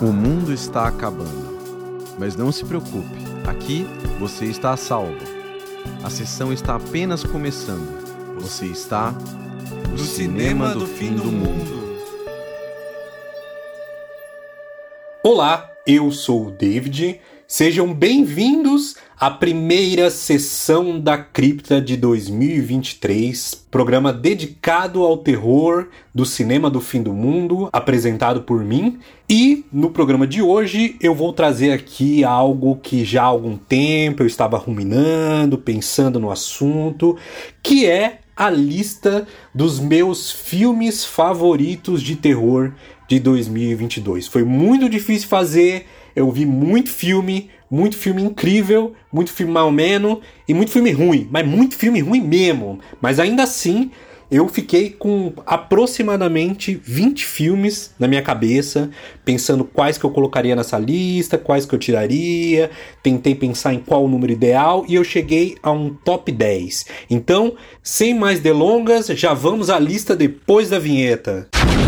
O mundo está acabando, mas não se preocupe, aqui você está a salvo. A sessão está apenas começando. Você está no cinema do fim do mundo. Olá, eu sou o David. Sejam bem-vindos à primeira sessão da Cripta de 2023, programa dedicado ao terror do cinema do fim do mundo, apresentado por mim. E no programa de hoje eu vou trazer aqui algo que já há algum tempo eu estava ruminando, pensando no assunto, que é a lista dos meus filmes favoritos de terror de 2022. Foi muito difícil fazer, eu vi muito filme incrível, muito filme mal menos e muito filme ruim, mas muito filme ruim mesmo. Mas ainda assim, eu fiquei com aproximadamente 20 filmes na minha cabeça, pensando quais que eu colocaria nessa lista, quais que eu tiraria, tentei pensar em qual o número ideal e eu cheguei a um top 10. Então, sem mais delongas, já vamos à lista depois da vinheta.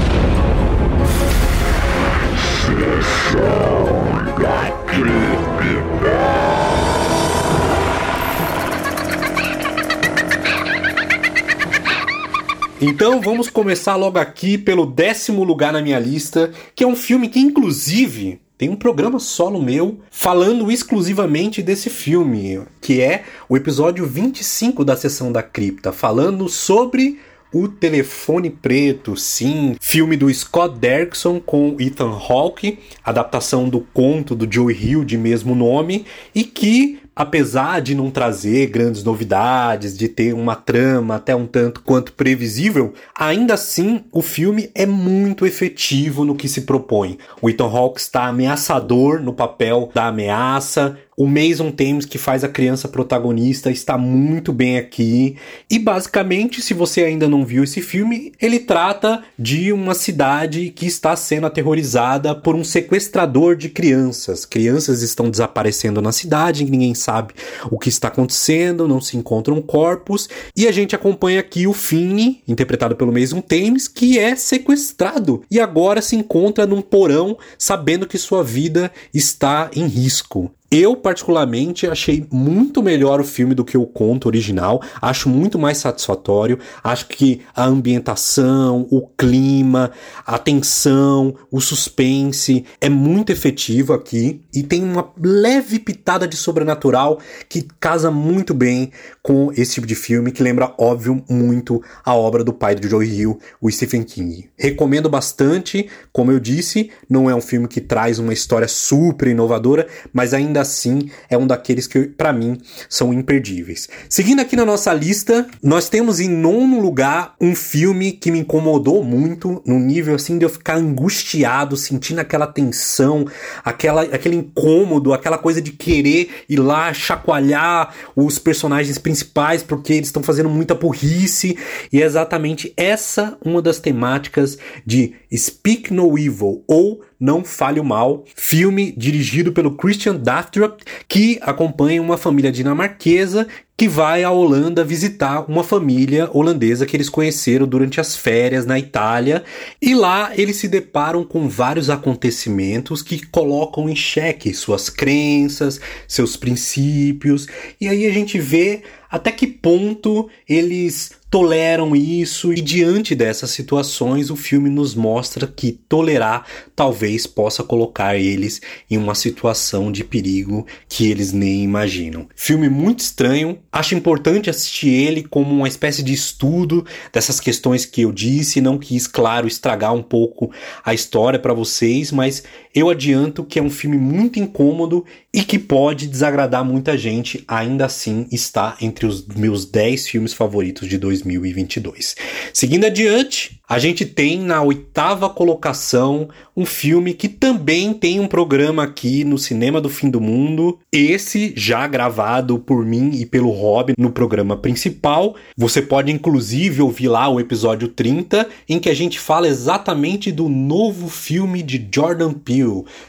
Então vamos começar logo aqui pelo 10º lugar na minha lista, que é um filme que inclusive tem um programa solo meu falando exclusivamente desse filme, que é o episódio 25 da Sessão da Cripta, falando sobre O Telefone Preto, sim, filme do Scott Derrickson com Ethan Hawke, adaptação do conto do Joe Hill de mesmo nome, e que, apesar de não trazer grandes novidades, de ter uma trama até um tanto quanto previsível, ainda assim o filme é muito efetivo no que se propõe. O Ethan Hawke está ameaçador no papel da ameaça, o Mason Thames, que faz a criança protagonista, está muito bem aqui. E basicamente, se você ainda não viu esse filme, ele trata de uma cidade que está sendo aterrorizada por um sequestrador de crianças. Crianças estão desaparecendo na cidade, ninguém sabe o que está acontecendo, não se encontram corpos. E a gente acompanha aqui o Finney, interpretado pelo Mason Thames, que é sequestrado e agora se encontra num porão sabendo que sua vida está em risco. Eu, particularmente, achei muito melhor o filme do que o conto original. Acho muito mais satisfatório. Acho que a ambientação, o clima, a tensão, o suspense é muito efetivo aqui. E tem uma leve pitada de sobrenatural que casa muito bem com esse tipo de filme, que lembra, óbvio, muito a obra do pai do Joe Hill, o Stephen King. Recomendo bastante. Como eu disse, não é um filme que traz uma história super inovadora, mas ainda assim é um daqueles que, para mim, são imperdíveis. Seguindo aqui na nossa lista, nós temos em 9º lugar um filme que me incomodou muito, no nível assim de eu ficar angustiado, sentindo aquela tensão, aquele incômodo, aquela coisa de querer ir lá chacoalhar os personagens principais porque eles estão fazendo muita burrice, e é exatamente essa uma das temáticas de Speak No Evil, ou Não Fale o Mal, filme dirigido pelo Christian Daftrup, que acompanha uma família dinamarquesa que vai à Holanda visitar uma família holandesa que eles conheceram durante as férias na Itália, e lá eles se deparam com vários acontecimentos que colocam em xeque suas crenças, seus princípios, e aí a gente vê até que ponto eles toleram isso, e diante dessas situações o filme nos mostra que tolerar talvez possa colocar eles em uma situação de perigo que eles nem imaginam. Filme muito estranho, acho importante assistir ele como uma espécie de estudo dessas questões que eu disse, não quis, claro, estragar um pouco a história para vocês, mas eu adianto que é um filme muito incômodo e que pode desagradar muita gente, ainda assim está entre os meus 10 filmes favoritos de 2022. Seguindo adiante, a gente tem na 8ª colocação um filme que também tem um programa aqui no Cinema do Fim do Mundo, esse já gravado por mim e pelo Rob no programa principal. Você pode inclusive ouvir lá o episódio 30, em que a gente fala exatamente do novo filme de Jordan Peele,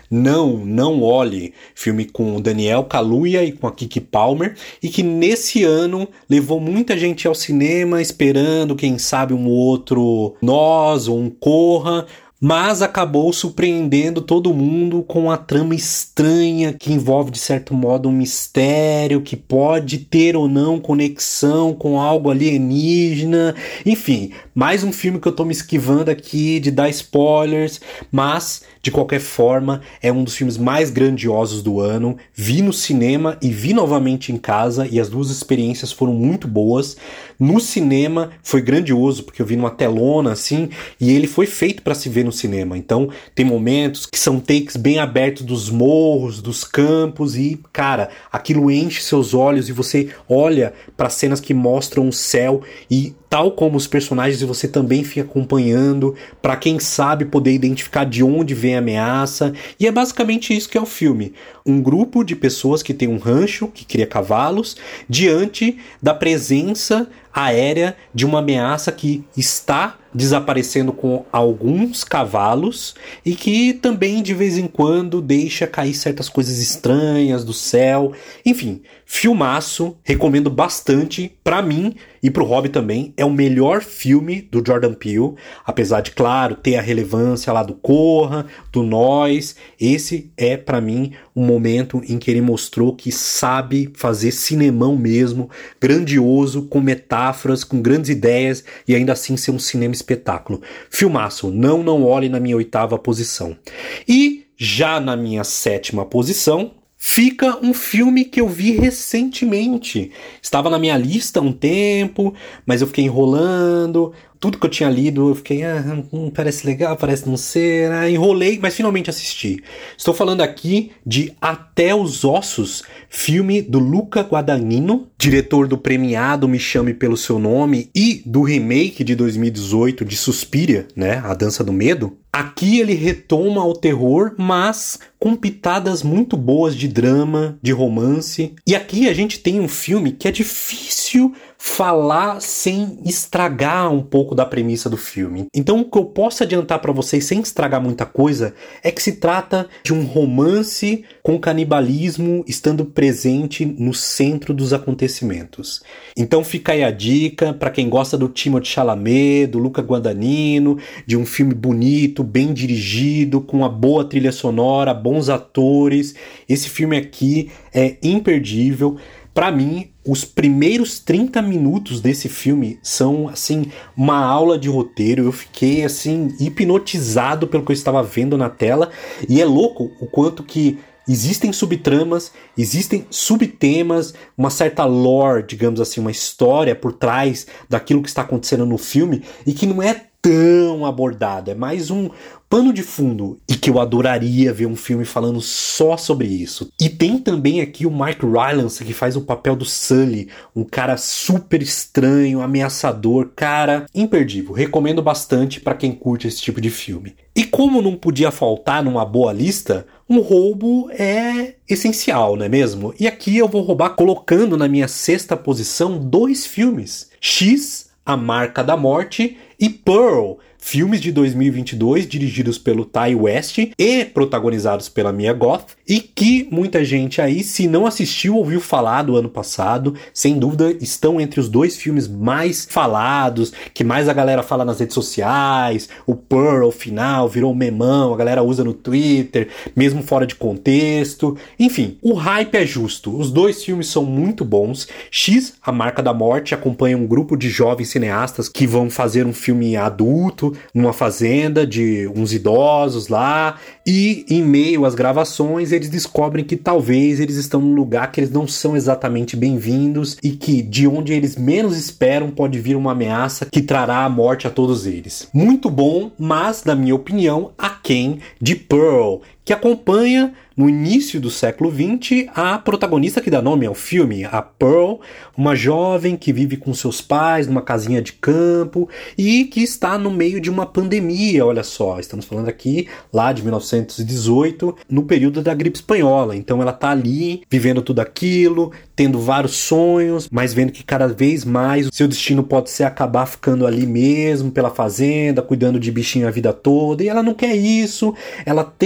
Não Olhe, filme com o Daniel Kaluuya e com a Keke Palmer, e que nesse ano levou muita gente ao cinema esperando, quem sabe, um outro Nós ou um Corra, mas acabou surpreendendo todo mundo com uma trama estranha que envolve, de certo modo, um mistério que pode ter ou não conexão com algo alienígena. Enfim, mais um filme que eu tô me esquivando aqui de dar spoilers, mas de qualquer forma é um dos filmes mais grandiosos do ano. Vi no cinema e vi novamente em casa, e as duas experiências foram muito boas. No cinema foi grandioso, porque eu vi numa telona assim, e ele foi feito para se ver no cinema. Então tem momentos que são takes bem abertos dos morros, dos campos, e cara, aquilo enche seus olhos e você olha para cenas que mostram o céu, e tal como os personagens, você também fica acompanhando para, quem sabe, poder identificar de onde vem a ameaça. E é basicamente isso que é o filme. Um grupo de pessoas que tem um rancho, que cria cavalos, diante da presença aérea de uma ameaça que está desaparecendo com alguns cavalos e que também de vez em quando deixa cair certas coisas estranhas do céu. Enfim, filmaço, recomendo bastante. Pra mim e pro Rob também, é o melhor filme do Jordan Peele, apesar de, claro, ter a relevância lá do Corra, do Nós. Esse é pra mim um momento em que ele mostrou que sabe fazer cinemão mesmo, grandioso, com metáforas, com grandes ideias, e ainda assim ser um cinema espetáculo. Filmaço, não olhe na minha 8ª posição. E já na minha 7ª posição fica um filme que eu vi recentemente. Estava na minha lista há um tempo, mas eu fiquei enrolando. Tudo que eu tinha lido, eu fiquei, parece legal, parece não ser, enrolei, mas finalmente assisti. Estou falando aqui de Até os Ossos, filme do Luca Guadagnino, diretor do premiado Me Chame Pelo Seu Nome e do remake de 2018 de Suspiria, né, A Dança do Medo. Aqui ele retoma o terror, mas com pitadas muito boas de drama, de romance. E aqui a gente tem um filme que é difícil falar sem estragar um pouco da premissa do filme. Então o que eu posso adiantar para vocês sem estragar muita coisa é que se trata de um romance com canibalismo estando presente no centro dos acontecimentos. Então fica aí a dica para quem gosta do Timothée Chalamet, do Luca Guadagnino, de um filme bonito, bem dirigido, com uma boa trilha sonora, bons atores. Esse filme aqui é imperdível. Para mim, os primeiros 30 minutos desse filme são, assim, uma aula de roteiro. Eu fiquei, assim, hipnotizado pelo que eu estava vendo na tela. E é louco o quanto que existem subtramas, existem subtemas, uma certa lore, digamos assim, uma história por trás daquilo que está acontecendo no filme e que não é tão abordado, é mais um pano de fundo, e que eu adoraria ver um filme falando só sobre isso. E tem também aqui o Mark Rylance, que faz o papel do Sully, um cara super estranho, ameaçador, cara, imperdível. Recomendo bastante para quem curte esse tipo de filme. E como não podia faltar numa boa lista, um roubo é essencial, não é mesmo? E aqui eu vou roubar colocando na minha 6ª posição 2 filmes. X, A Marca da Morte, e Pearl, filmes de 2022 dirigidos pelo Ty West e protagonizados pela Mia Goth, e que muita gente aí, se não assistiu, ouviu falar do ano passado. Sem dúvida estão entre os 2 filmes mais falados, que mais a galera fala nas redes sociais. O Pearl, final, virou um memão, a galera usa no Twitter, mesmo fora de contexto. Enfim, o hype é justo, os 2 filmes são muito bons. X, A Marca da Morte, acompanha um grupo de jovens cineastas que vão fazer um filme adulto numa fazenda de uns idosos lá, e em meio às gravações eles descobrem que talvez eles estão num lugar que eles não são exatamente bem-vindos e que de onde eles menos esperam pode vir uma ameaça que trará a morte a todos eles. Muito bom, mas na minha opinião aquém de Pearl, que acompanha no início do século XX a protagonista que dá nome ao filme, a Pearl, uma jovem que vive com seus pais numa casinha de campo e que está no meio de uma pandemia. Olha só, estamos falando aqui lá de 1918, no período da gripe espanhola. Então ela está ali vivendo tudo aquilo, tendo vários sonhos, mas vendo que cada vez mais o seu destino pode ser acabar ficando ali mesmo pela fazenda, cuidando de bichinho a vida toda, e ela não quer isso. Ela tenta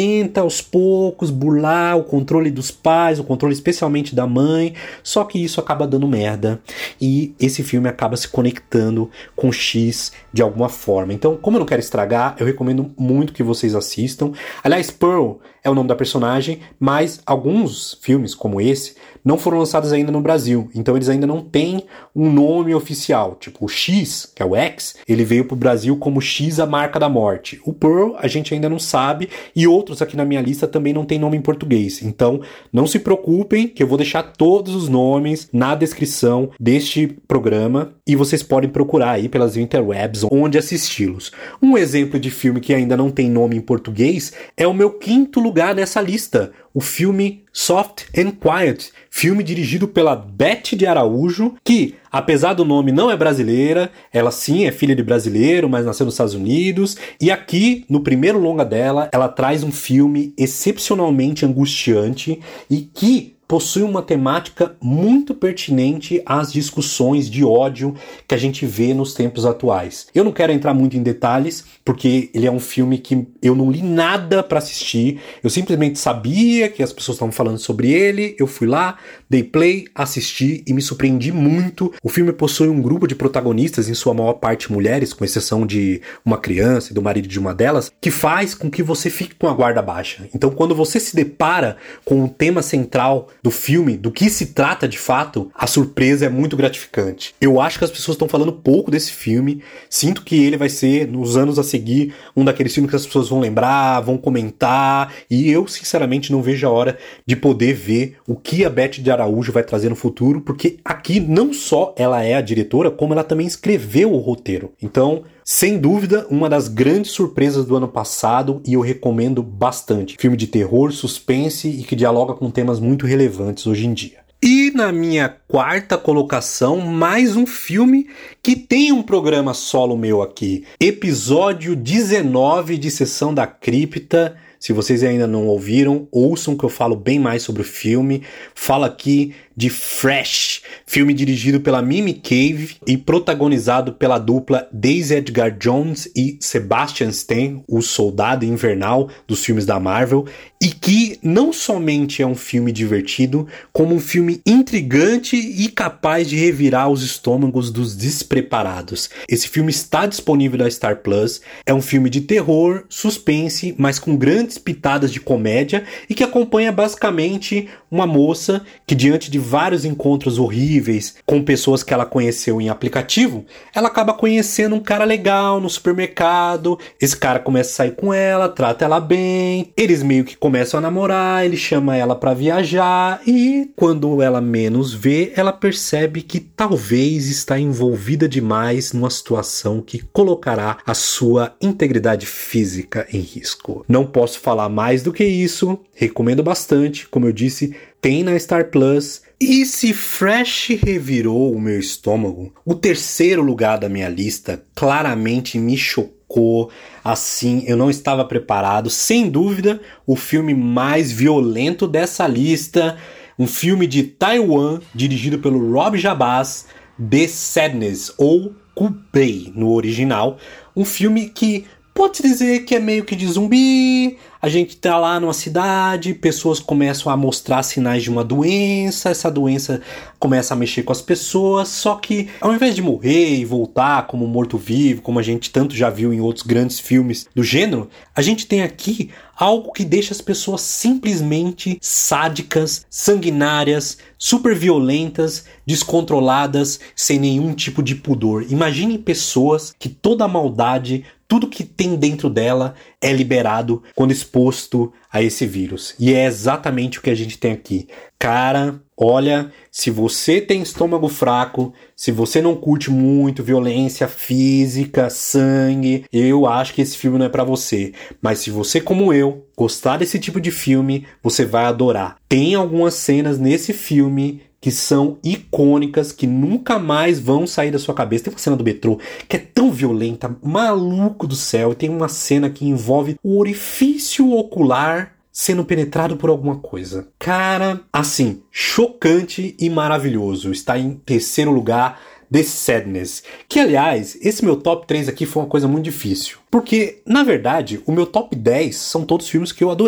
aos poucos burlar o controle dos pais, o controle especialmente da mãe, só que isso acaba dando merda e esse filme acaba se conectando com X de alguma forma. Então, como eu não quero estragar, eu recomendo muito que vocês assistam. Aliás, Pearl é o nome da personagem, mas alguns filmes como esse não foram lançados ainda no Brasil, então eles ainda não têm um nome oficial, tipo o X, que é o X, ele veio pro Brasil como X, a marca da morte. O Pearl a gente ainda não sabe, e outros aqui na minha lista também não tem nome em português, então não se preocupem que eu vou deixar todos os nomes na descrição deste programa, e vocês podem procurar aí pelas interwebs onde assisti-los. Um exemplo de filme que ainda não tem nome em português é o meu quinto lugar nessa lista, o filme Soft and Quiet, filme dirigido pela Beth de Araújo, que, apesar do nome não é brasileira, ela sim é filha de brasileiro, mas nasceu nos Estados Unidos, e aqui, no primeiro longa dela, ela traz um filme excepcionalmente angustiante e que possui uma temática muito pertinente às discussões de ódio que a gente vê nos tempos atuais. Eu não quero entrar muito em detalhes, porque ele é um filme que eu não li nada para assistir, eu simplesmente sabia que as pessoas estavam falando sobre ele, eu fui lá, dei play, assisti e me surpreendi muito. O filme possui um grupo de protagonistas, em sua maior parte mulheres, com exceção de uma criança e do marido de uma delas, que faz com que você fique com a guarda baixa. Então, quando você se depara com o tema central do filme, do que se trata de fato, a surpresa é muito gratificante. Eu acho que as pessoas estão falando pouco desse filme, sinto que ele vai ser, nos anos a seguir, um daqueles filmes que as pessoas vão lembrar, vão comentar, e eu sinceramente não vejo a hora de poder ver o que a Beth de Araújo vai trazer no futuro, porque aqui não só ela é a diretora, como ela também escreveu o roteiro. Então, sem dúvida, uma das grandes surpresas do ano passado e eu recomendo bastante. Filme de terror, suspense e que dialoga com temas muito relevantes hoje em dia. E na minha quarta colocação, mais um filme que tem um programa solo meu aqui. Episódio 19 de Sessão da Cripta. Se vocês ainda não ouviram, ouçam que eu falo bem mais sobre o filme. Falo aqui de Fresh, filme dirigido pela Mimi Cave e protagonizado pela dupla Daisy Edgar Jones e Sebastian Stan, o soldado invernal dos filmes da Marvel, e que não somente é um filme divertido, como um filme intrigante e capaz de revirar os estômagos dos despreparados. Esse filme está disponível na Star Plus, é um filme de terror, suspense, mas com grandes pitadas de comédia e que acompanha basicamente uma moça que, diante de vários encontros horríveis com pessoas que ela conheceu em aplicativo, ela acaba conhecendo um cara legal no supermercado, esse cara começa a sair com ela, trata ela bem, eles meio que começam a namorar, ele chama ela pra viajar e quando ela menos vê, ela percebe que talvez está envolvida demais numa situação que colocará a sua integridade física em risco. Não posso falar mais do que isso, recomendo bastante, como eu disse, tem na Star Plus. E se Fresh revirou o meu estômago, o terceiro lugar da minha lista claramente me chocou. Assim, eu não estava preparado. Sem dúvida, o filme mais violento dessa lista, um filme de Taiwan, dirigido pelo Rob Jabaz, The Sadness, ou Cubei no original. Um filme que pode dizer que é meio que de zumbi. A gente tá lá numa cidade, pessoas começam a mostrar sinais de uma doença, essa doença começa a mexer com as pessoas, só que ao invés de morrer e voltar como morto-vivo, como a gente tanto já viu em outros grandes filmes do gênero, a gente tem aqui algo que deixa as pessoas simplesmente sádicas, sanguinárias, super violentas, descontroladas, sem nenhum tipo de pudor. Imaginem pessoas que toda a maldade, tudo que tem dentro dela é liberado quando exposto a esse vírus. E é exatamente o que a gente tem aqui. Cara, olha, se você tem estômago fraco, se você não curte muito violência física, sangue, eu acho que esse filme não é pra você. Mas se você, como eu, gostar desse tipo de filme, você vai adorar. Tem algumas cenas nesse filme que são icônicas, que nunca mais vão sair da sua cabeça. Tem uma cena do metrô que é tão violenta, maluco do céu, e tem uma cena que envolve o orifício ocular sendo penetrado por alguma coisa. Cara, assim, chocante e maravilhoso. Está em terceiro lugar, The Sadness. Que, aliás, esse meu top 3 aqui foi uma coisa muito difícil. Porque, na verdade, o meu top 10 são todos filmes que eu adorei.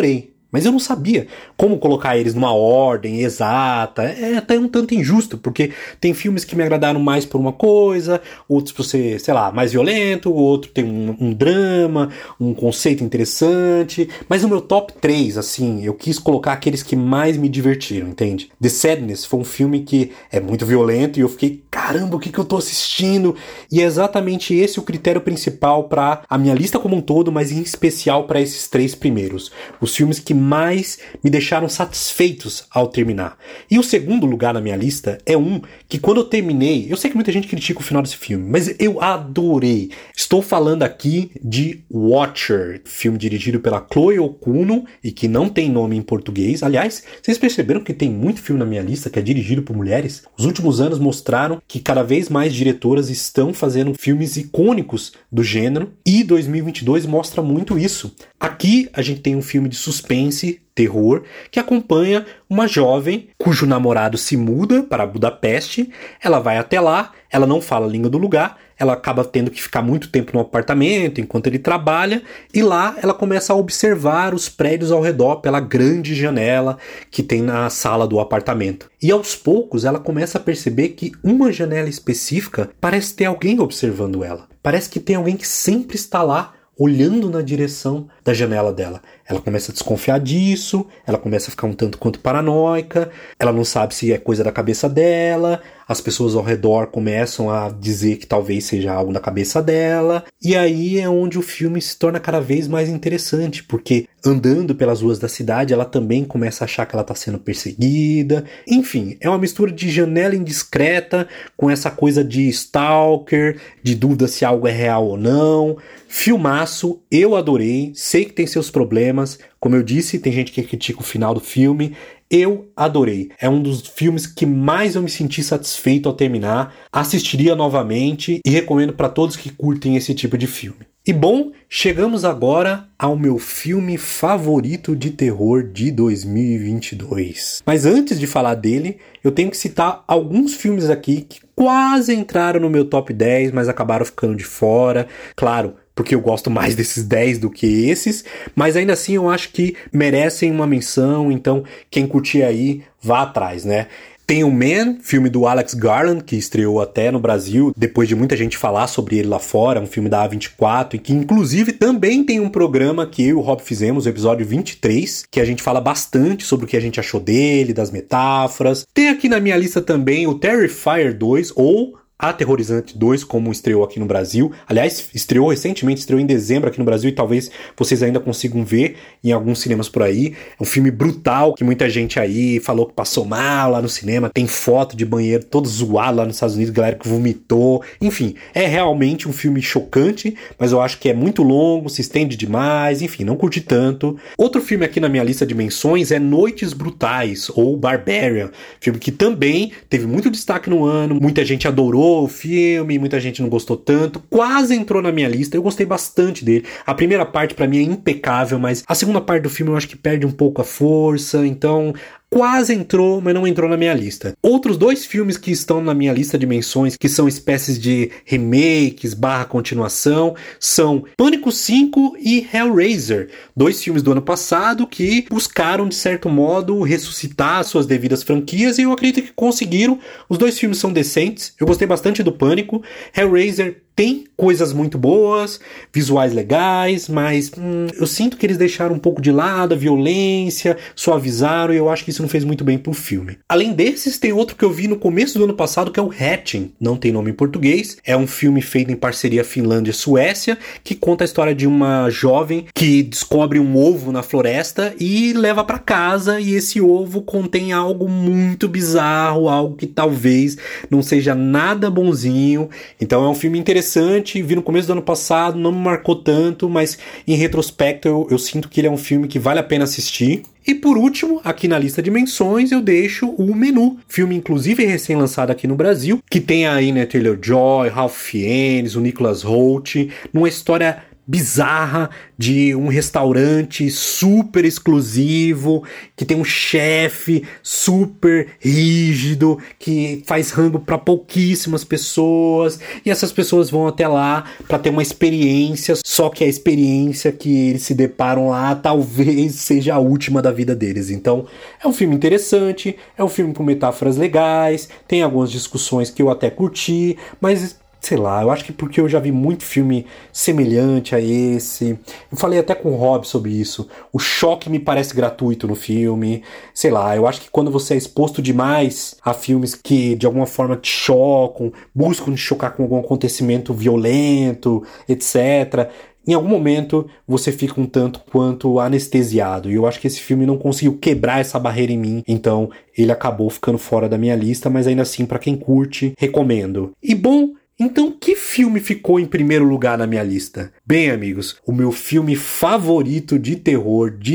mas eu não sabia como colocar eles numa ordem exata. É até um tanto injusto, porque tem filmes que me agradaram mais por uma coisa, outros por ser, sei lá, mais violento, outro tem um drama, um conceito interessante, mas no meu top 3, assim, eu quis colocar aqueles que mais me divertiram, entende? The Sadness foi um filme que é muito violento e eu fiquei, caramba, o que eu tô assistindo? E é exatamente esse o critério principal para a minha lista como um todo, mas em especial para esses 3 primeiros. Os filmes que mais me deixaram satisfeitos ao terminar. E o segundo lugar na minha lista é um que quando eu terminei, eu sei que muita gente critica o final desse filme, mas eu adorei. Estou falando aqui de Watcher, filme dirigido pela Chloe Okuno e que não tem nome em português. Aliás, vocês perceberam que tem muito filme na minha lista que é dirigido por mulheres? Os últimos anos mostraram que cada vez mais diretoras estão fazendo filmes icônicos do gênero e 2022 mostra muito isso. Aqui a gente tem um filme de suspense, terror, que acompanha uma jovem cujo namorado se muda para Budapeste. Ela vai até lá, ela não fala a língua do lugar, ela acaba tendo que ficar muito tempo no apartamento enquanto ele trabalha, e lá ela começa a observar os prédios ao redor pela grande janela que tem na sala do apartamento. E aos poucos ela começa a perceber que uma janela específica parece ter alguém observando ela. Parece que tem alguém que sempre está lá, olhando na direção da janela dela. Ela começa a desconfiar disso, ela começa a ficar um tanto quanto paranoica, ela não sabe se é coisa da cabeça dela, as pessoas ao redor começam a dizer que talvez seja algo da cabeça dela, e aí é onde o filme se torna cada vez mais interessante, porque andando pelas ruas da cidade, ela também começa a achar que ela está sendo perseguida. Enfim, é uma mistura de janela indiscreta com essa coisa de stalker, de dúvida se algo é real ou não. Filmaço, eu adorei, sei que tem seus problemas, como eu disse, tem gente que critica o final do filme, eu adorei. É um dos filmes que mais eu me senti satisfeito ao terminar, assistiria novamente e recomendo para todos que curtem esse tipo de filme. E bom, chegamos agora ao meu filme favorito de terror de 2022. Mas antes de falar dele, eu tenho que citar alguns filmes aqui que quase entraram no meu top 10, mas acabaram ficando de fora. Claro, porque eu gosto mais desses 10 do que esses, mas ainda assim eu acho que merecem uma menção, então quem curtir aí, vá atrás, né? Tem o Man, filme do Alex Garland, que estreou até no Brasil, depois de muita gente falar sobre ele lá fora, um filme da A24, e que inclusive também tem um programa que eu e o Rob fizemos, o episódio 23, que a gente fala bastante sobre o que a gente achou dele, das metáforas. Tem aqui na minha lista também o Terrifier 2, ou Aterrorizante 2, como estreou aqui no Brasil. Aliás, estreou recentemente, estreou em dezembro aqui no Brasil e talvez vocês ainda consigam ver em alguns cinemas por aí. É um filme brutal que muita gente aí falou que passou mal lá no cinema. Tem foto de banheiro todo zoado lá nos Estados Unidos, galera que vomitou. Enfim, é realmente um filme chocante, mas eu acho que é muito longo, se estende demais, enfim, não curti tanto. Outro filme aqui na minha lista de menções é Noites Brutais, ou Barbarian, filme que também teve muito destaque no ano, muita gente adorou o filme, muita gente não gostou tanto, quase entrou na minha lista, eu gostei bastante dele. A primeira parte pra mim é impecável, mas a segunda parte do filme eu acho que perde um pouco a força, então quase entrou, mas não entrou na minha lista. Outros 2 filmes que estão na minha lista de menções, que são espécies de remakes / continuação, são Pânico 5 e Hellraiser, 2 filmes do ano passado que buscaram, de certo modo, ressuscitar suas devidas franquias, e eu acredito que conseguiram. Os 2 filmes são decentes, eu gostei bastante do Pânico. Hellraiser tem coisas muito boas, visuais legais, mas eu sinto que eles deixaram um pouco de lado a violência, suavizaram, e eu acho que isso não fez muito bem pro filme. Além desses, tem outro que eu vi no começo do ano passado, que é o Hatching, não tem nome em português, é um filme feito em parceria Finlândia e Suécia, que conta a história de uma jovem que descobre um ovo na floresta e leva para casa, e esse ovo contém algo muito bizarro, algo que talvez não seja nada bonzinho. Então é um filme interessante, vi no começo do ano passado, não me marcou tanto, mas em retrospecto eu sinto que ele é um filme que vale a pena assistir. E por último, aqui na lista de menções, eu deixo o Menu, filme inclusive recém-lançado aqui no Brasil, que tem aí, né, Taylor-Joy, Ralph Fiennes, o Nicholas Hoult, numa história bizarra de um restaurante super exclusivo, que tem um chefe super rígido, que faz rango para pouquíssimas pessoas, e essas pessoas vão até lá para ter uma experiência, só que a experiência que eles se deparam lá talvez seja a última da vida deles. Então, é um filme interessante, é um filme com metáforas legais, tem algumas discussões que eu até curti, mas sei lá, eu acho que porque eu já vi muito filme semelhante a esse. Eu falei até com o Rob sobre isso. O choque me parece gratuito no filme. Sei lá, eu acho que quando você é exposto demais a filmes que de alguma forma te chocam, buscam te chocar com algum acontecimento violento, etc., em algum momento você fica um tanto quanto anestesiado. E eu acho que esse filme não conseguiu quebrar essa barreira em mim. Então ele acabou ficando fora da minha lista, mas ainda assim, pra quem curte, recomendo. E bom, então, que filme ficou em primeiro lugar na minha lista? Bem, amigos, o meu filme favorito de terror de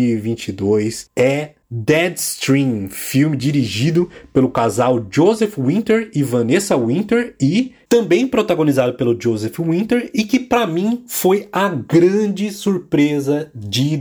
2022 é Deadstream, filme dirigido pelo casal Joseph Winter e Vanessa Winter e também protagonizado pelo Joseph Winter e que pra mim foi a grande surpresa de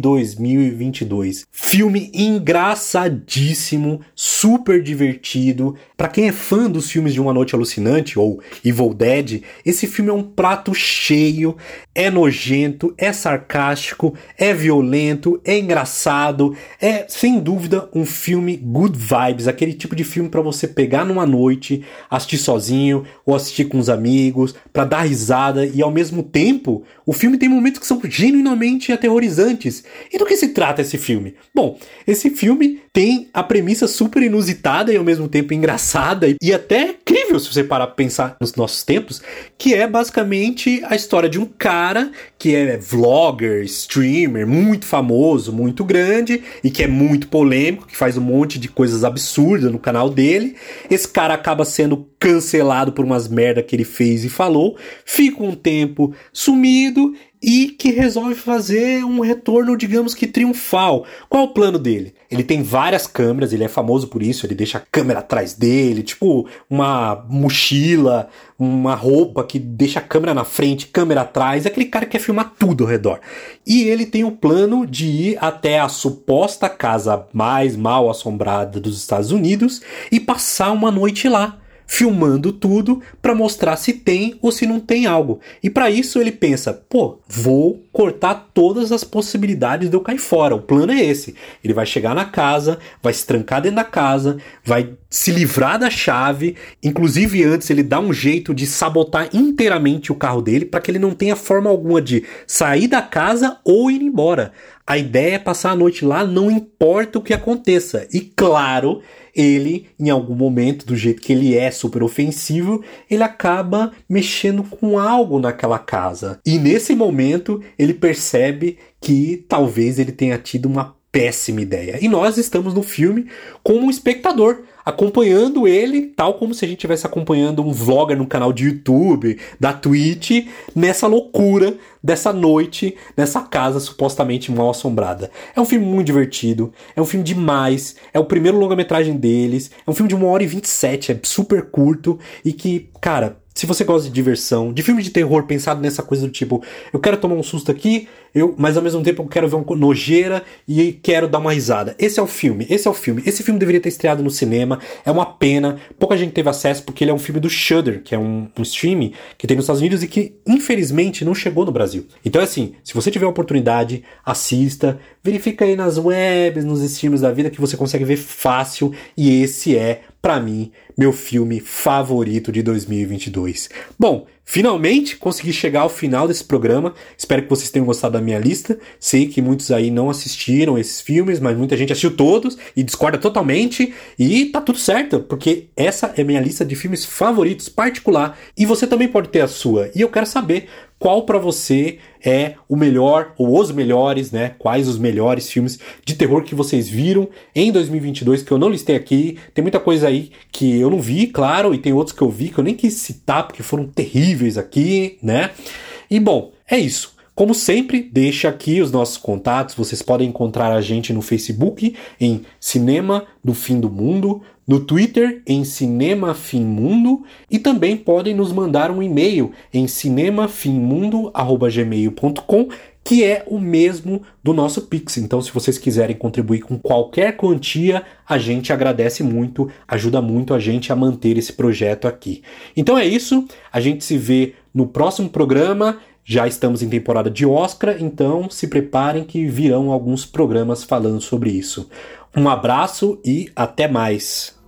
2022. Filme engraçadíssimo, super divertido. Pra quem é fã dos filmes de Uma Noite Alucinante ou Evil Dead, esse filme é um prato cheio, é nojento, é sarcástico, é violento, é engraçado, é sem dúvida um filme good vibes, aquele tipo de filme pra você pegar numa noite, assistir sozinho ou assistir com os amigos, pra dar risada, e ao mesmo tempo o filme tem momentos que são genuinamente aterrorizantes. E do que se trata esse filme? Bom, esse filme tem a premissa super inusitada e ao mesmo tempo engraçada e até incrível se você parar pra pensar nos nossos tempos, que é basicamente a história de um cara que é vlogger, streamer, muito famoso, muito grande e que é muito polêmico, que faz um monte de coisas absurdas no canal dele. Esse cara acaba sendo cancelado por umas merda que ele fez e falou, fica um tempo sumido e que resolve fazer um retorno, digamos que triunfal. Qual é o plano dele? Ele tem várias câmeras, ele é famoso por isso, ele deixa a câmera atrás dele, tipo uma mochila, uma roupa que deixa a câmera na frente, câmera atrás, aquele cara que quer filmar tudo ao redor. E ele tem o plano de ir até a suposta casa mais mal assombrada dos Estados Unidos e passar uma noite lá, filmando tudo para mostrar se tem ou se não tem algo. E para isso ele pensa, vou cortar todas as possibilidades de eu cair fora. O plano é esse. Ele vai chegar na casa, vai se trancar dentro da casa, vai se livrar da chave, inclusive antes ele dá um jeito de sabotar inteiramente o carro dele para que ele não tenha forma alguma de sair da casa ou ir embora. A ideia é passar a noite lá, não importa o que aconteça. E claro, ele, em algum momento, do jeito que ele é super ofensivo, ele acaba mexendo com algo naquela casa. E nesse momento, ele percebe que talvez ele tenha tido uma péssima ideia. E nós estamos no filme como um espectador, acompanhando ele, tal como se a gente estivesse acompanhando um vlogger no canal de YouTube, da Twitch, nessa loucura dessa noite, nessa casa supostamente mal assombrada. É um filme muito divertido, é um filme demais, é o primeiro longa-metragem deles, é um filme de 1h27, é super curto e que, cara, se você gosta de diversão, de filme de terror pensado nessa coisa do tipo, eu quero tomar um susto aqui, mas ao mesmo tempo eu quero ver uma nojeira e quero dar uma risada. Esse é o filme. Esse filme deveria ter estreado no cinema, é uma pena, pouca gente teve acesso porque ele é um filme do Shudder, que é um streaming que tem nos Estados Unidos e que infelizmente não chegou no Brasil. Então assim, se você tiver a oportunidade, assista, verifica aí nas webs, nos streams da vida que você consegue ver fácil, e esse é, pra mim, meu filme favorito de 2022. Bom, finalmente consegui chegar ao final desse programa. Espero que vocês tenham gostado da minha lista. Sei que muitos aí não assistiram esses filmes, mas muita gente assistiu todos e discorda totalmente. E tá tudo certo, porque essa é a minha lista de filmes favoritos particular. E você também pode ter a sua. E eu quero saber qual pra você é o melhor, ou os melhores, né? Quais os melhores filmes de terror que vocês viram em 2022, que eu não listei aqui. Tem muita coisa aí que eu não vi, claro, e tem outros que eu vi que eu nem quis citar, porque foram terríveis aqui, né? E bom, é isso. Como sempre, deixa aqui os nossos contatos. Vocês podem encontrar a gente no Facebook, em Cinema do Fim do Mundo, no Twitter em cinemafimmundo e também podem nos mandar um e-mail em cinemafimmundo@gmail.com, que é o mesmo do nosso Pix. Então, se vocês quiserem contribuir com qualquer quantia, a gente agradece muito, ajuda muito a gente a manter esse projeto aqui. Então é isso, a gente se vê no próximo programa. Já estamos em temporada de Oscar, então se preparem que virão alguns programas falando sobre isso. Um abraço e até mais!